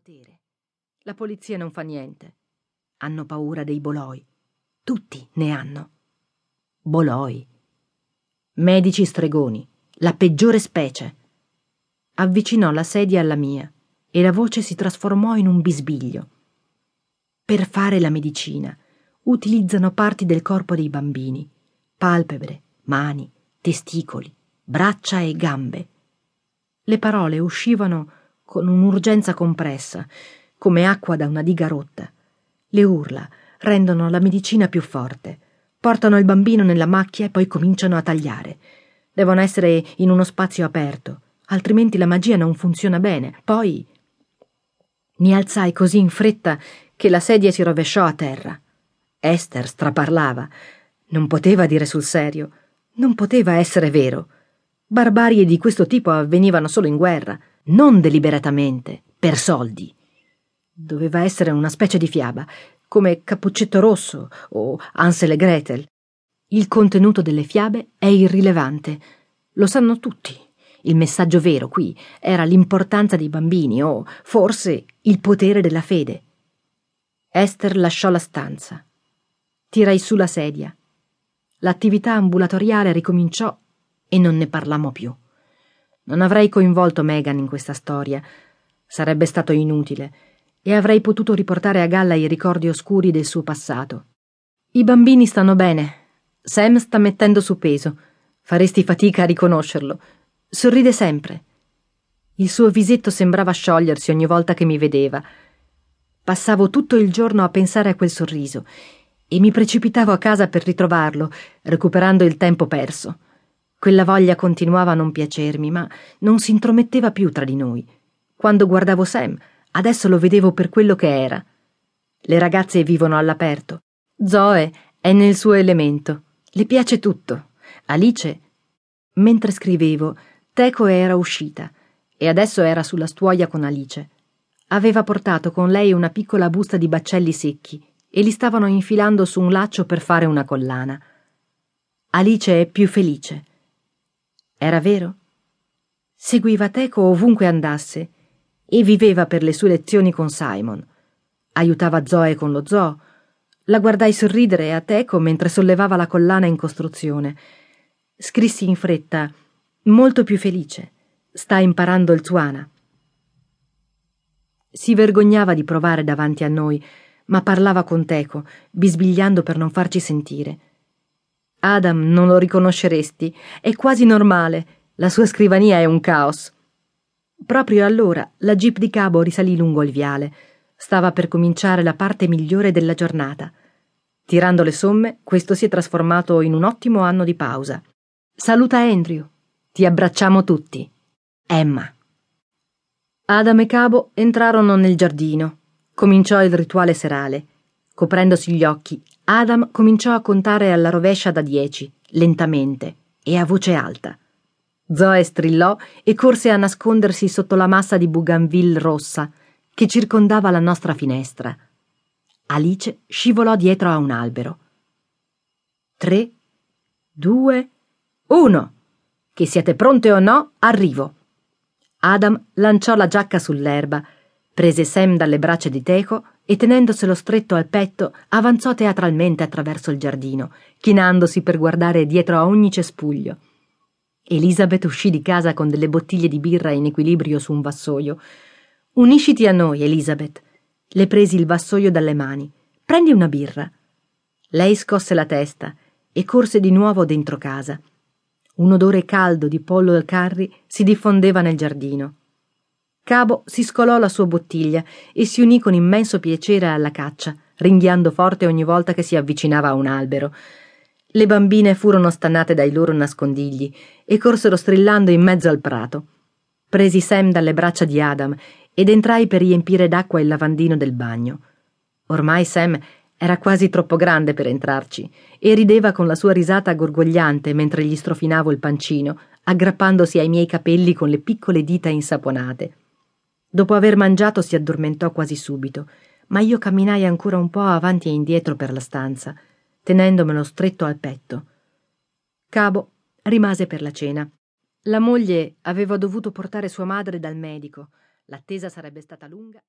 potere. La polizia non fa niente. Hanno paura dei boloi. Tutti ne hanno. Boloi. Medici stregoni, la peggiore specie. Avvicinò la sedia alla mia e la voce si trasformò in un bisbiglio. Per fare la medicina utilizzano parti del corpo dei bambini, palpebre, mani, testicoli, braccia e gambe. Le parole uscivano con un'urgenza compressa, come acqua da una diga rotta. Le urla rendono la medicina più forte. Portano il bambino nella macchia e poi cominciano a tagliare. Devono essere in uno spazio aperto, altrimenti la magia non funziona bene. Poi mi alzai così in fretta che la sedia si rovesciò a terra. Esther straparlava. Non poteva dire sul serio. Non poteva essere vero. Barbarie di questo tipo avvenivano solo in guerra, non deliberatamente, per soldi. Doveva essere una specie di fiaba, come Cappuccetto Rosso o Hansel e Gretel. Il contenuto delle fiabe è irrilevante. Lo sanno tutti. Il messaggio vero qui era l'importanza dei bambini o, forse, il potere della fede. Esther lasciò la stanza. Tirai su la sedia. L'attività ambulatoriale ricominciò e non ne parlammo più. Non avrei coinvolto Megan in questa storia. Sarebbe stato inutile e avrei potuto riportare a galla i ricordi oscuri del suo passato. I bambini stanno bene. Sam sta mettendo su peso. Faresti fatica a riconoscerlo. Sorride sempre. Il suo visetto sembrava sciogliersi ogni volta che mi vedeva. Passavo tutto il giorno a pensare a quel sorriso e mi precipitavo a casa per ritrovarlo, recuperando il tempo perso. Quella voglia continuava a non piacermi, ma non si intrometteva più tra di noi. Quando guardavo Sam, adesso lo vedevo per quello che era. Le ragazze vivono all'aperto. Zoe è nel suo elemento. Le piace tutto. Alice... Mentre scrivevo, Teco era uscita e adesso era sulla stuoia con Alice. Aveva portato con lei una piccola busta di baccelli secchi e li stavano infilando su un laccio per fare una collana. Alice è più felice. Era vero? Seguiva Teco ovunque andasse e viveva per le sue lezioni con Simon. Aiutava Zoe con lo zoo. La guardai sorridere a Teco mentre sollevava la collana in costruzione. Scrissi in fretta: molto più felice. Sta imparando il Tswana. Si vergognava di provare davanti a noi, ma parlava con Teco, bisbigliando per non farci sentire. Adam non lo riconosceresti, è quasi normale, la sua scrivania è un caos. Proprio allora la jeep di Cabo risalì lungo il viale. Stava per cominciare la parte migliore della giornata. Tirando le somme, questo si è trasformato in un ottimo anno di pausa. Saluta Andrew. Ti abbracciamo tutti. Emma. Adam e Cabo entrarono nel giardino. Cominciò il rituale serale. Coprendosi gli occhi, Adam cominciò a contare alla rovescia da 10, lentamente e a voce alta. Zoe strillò e corse a nascondersi sotto la massa di bougainville rossa che circondava la nostra finestra. Alice scivolò dietro a un albero. 3, 2, 1. Che siete pronte o no, arrivo. Adam lanciò la giacca sull'erba, prese Sam dalle braccia di Teco e tenendoselo stretto al petto avanzò teatralmente attraverso il giardino, chinandosi per guardare dietro a ogni cespuglio. Elizabeth uscì di casa con delle bottiglie di birra in equilibrio su un vassoio. Unisciti a noi, Elizabeth. Le presi il vassoio dalle mani. Prendi una birra. Lei scosse la testa e corse di nuovo dentro casa. Un odore caldo di pollo al curry si diffondeva nel giardino. Cabo si scolò la sua bottiglia e si unì con immenso piacere alla caccia, ringhiando forte ogni volta che si avvicinava a un albero. Le bambine furono stannate dai loro nascondigli e corsero strillando in mezzo al prato. Presi Sam dalle braccia di Adam ed entrai per riempire d'acqua il lavandino del bagno. Ormai Sam era quasi troppo grande per entrarci e rideva con la sua risata gorgogliante mentre gli strofinavo il pancino, aggrappandosi ai miei capelli con le piccole dita insaponate. Dopo aver mangiato si addormentò quasi subito, ma io camminai ancora un po' avanti e indietro per la stanza, tenendomelo stretto al petto. Cabo rimase per la cena. La moglie aveva dovuto portare sua madre dal medico. L'attesa sarebbe stata lunga.